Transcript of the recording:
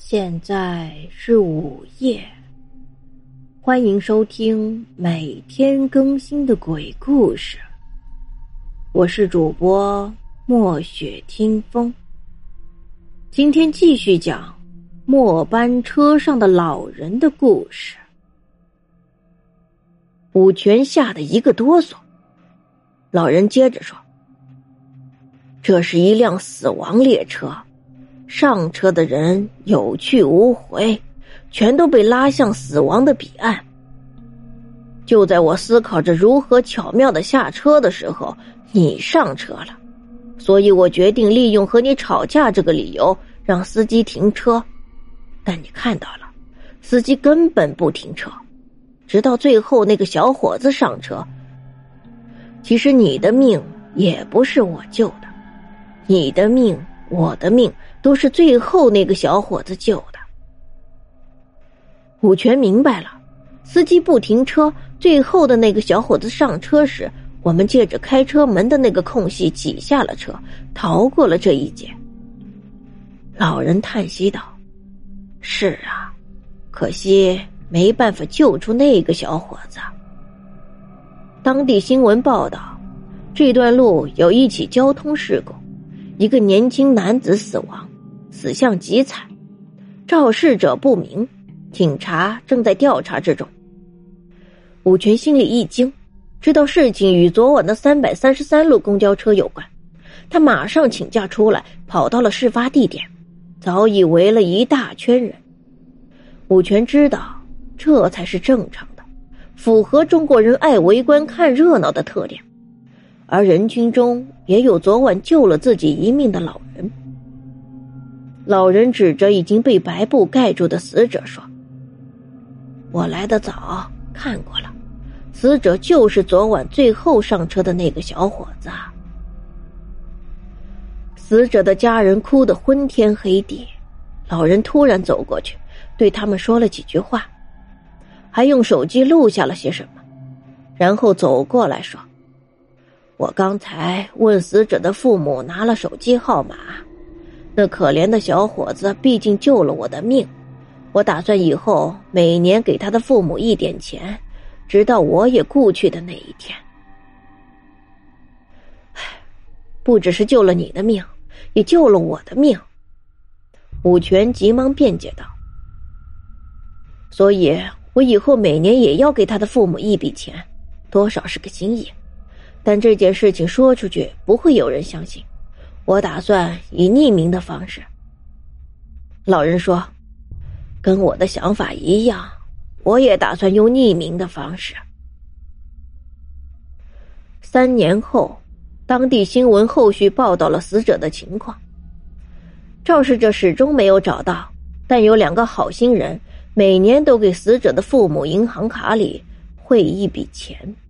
现在是午夜，欢迎收听每天更新的鬼故事。我是主播墨雪听风，今天继续讲末班车上的老人的故事。武全吓得一个哆嗦，老人接着说：这是一辆死亡列车，上车的人有去无回，全都被拉向死亡的彼岸。就在我思考着如何巧妙地下车的时候，你上车了，所以我决定利用和你吵架这个理由让司机停车。但你看到了，司机根本不停车，直到最后那个小伙子上车。其实你的命也不是我救的，你的命我的命都是最后那个小伙子救的。武全明白了，司机不停车，最后的那个小伙子上车时，我们借着开车门的那个空隙挤下了车，逃过了这一劫。老人叹息道：是啊，可惜没办法救出那个小伙子。当地新闻报道，这段路有一起交通事故，一个年轻男子死亡，死相极惨，肇事者不明，警察正在调查之中。武全心里一惊，知道事情与昨晚的333路公交车有关，他马上请假出来，跑到了事发地点，早已围了一大圈人。武全知道这才是正常的，符合中国人爱围观看热闹的特点，而人群中也有昨晚救了自己一命的老人。老人指着已经被白布盖住的死者说：我来得早，看过了，死者就是昨晚最后上车的那个小伙子。死者的家人哭得昏天黑地，老人突然走过去，对他们说了几句话，还用手机录下了些什么，然后走过来说：我刚才问死者的父母拿了手机号码，那可怜的小伙子毕竟救了我的命，我打算以后每年给他的父母一点钱，直到我也故去的那一天。不只是救了你的命，也救了我的命。武全急忙辩解道：所以我以后每年也要给他的父母一笔钱，多少是个心意，但这件事情说出去不会有人相信，我打算以匿名的方式。老人说：跟我的想法一样，我也打算用匿名的方式。3年后，当地新闻后续报道了死者的情况，肇事者始终没有找到，但有2个好心人每年都给死者的父母银行卡里汇一笔钱。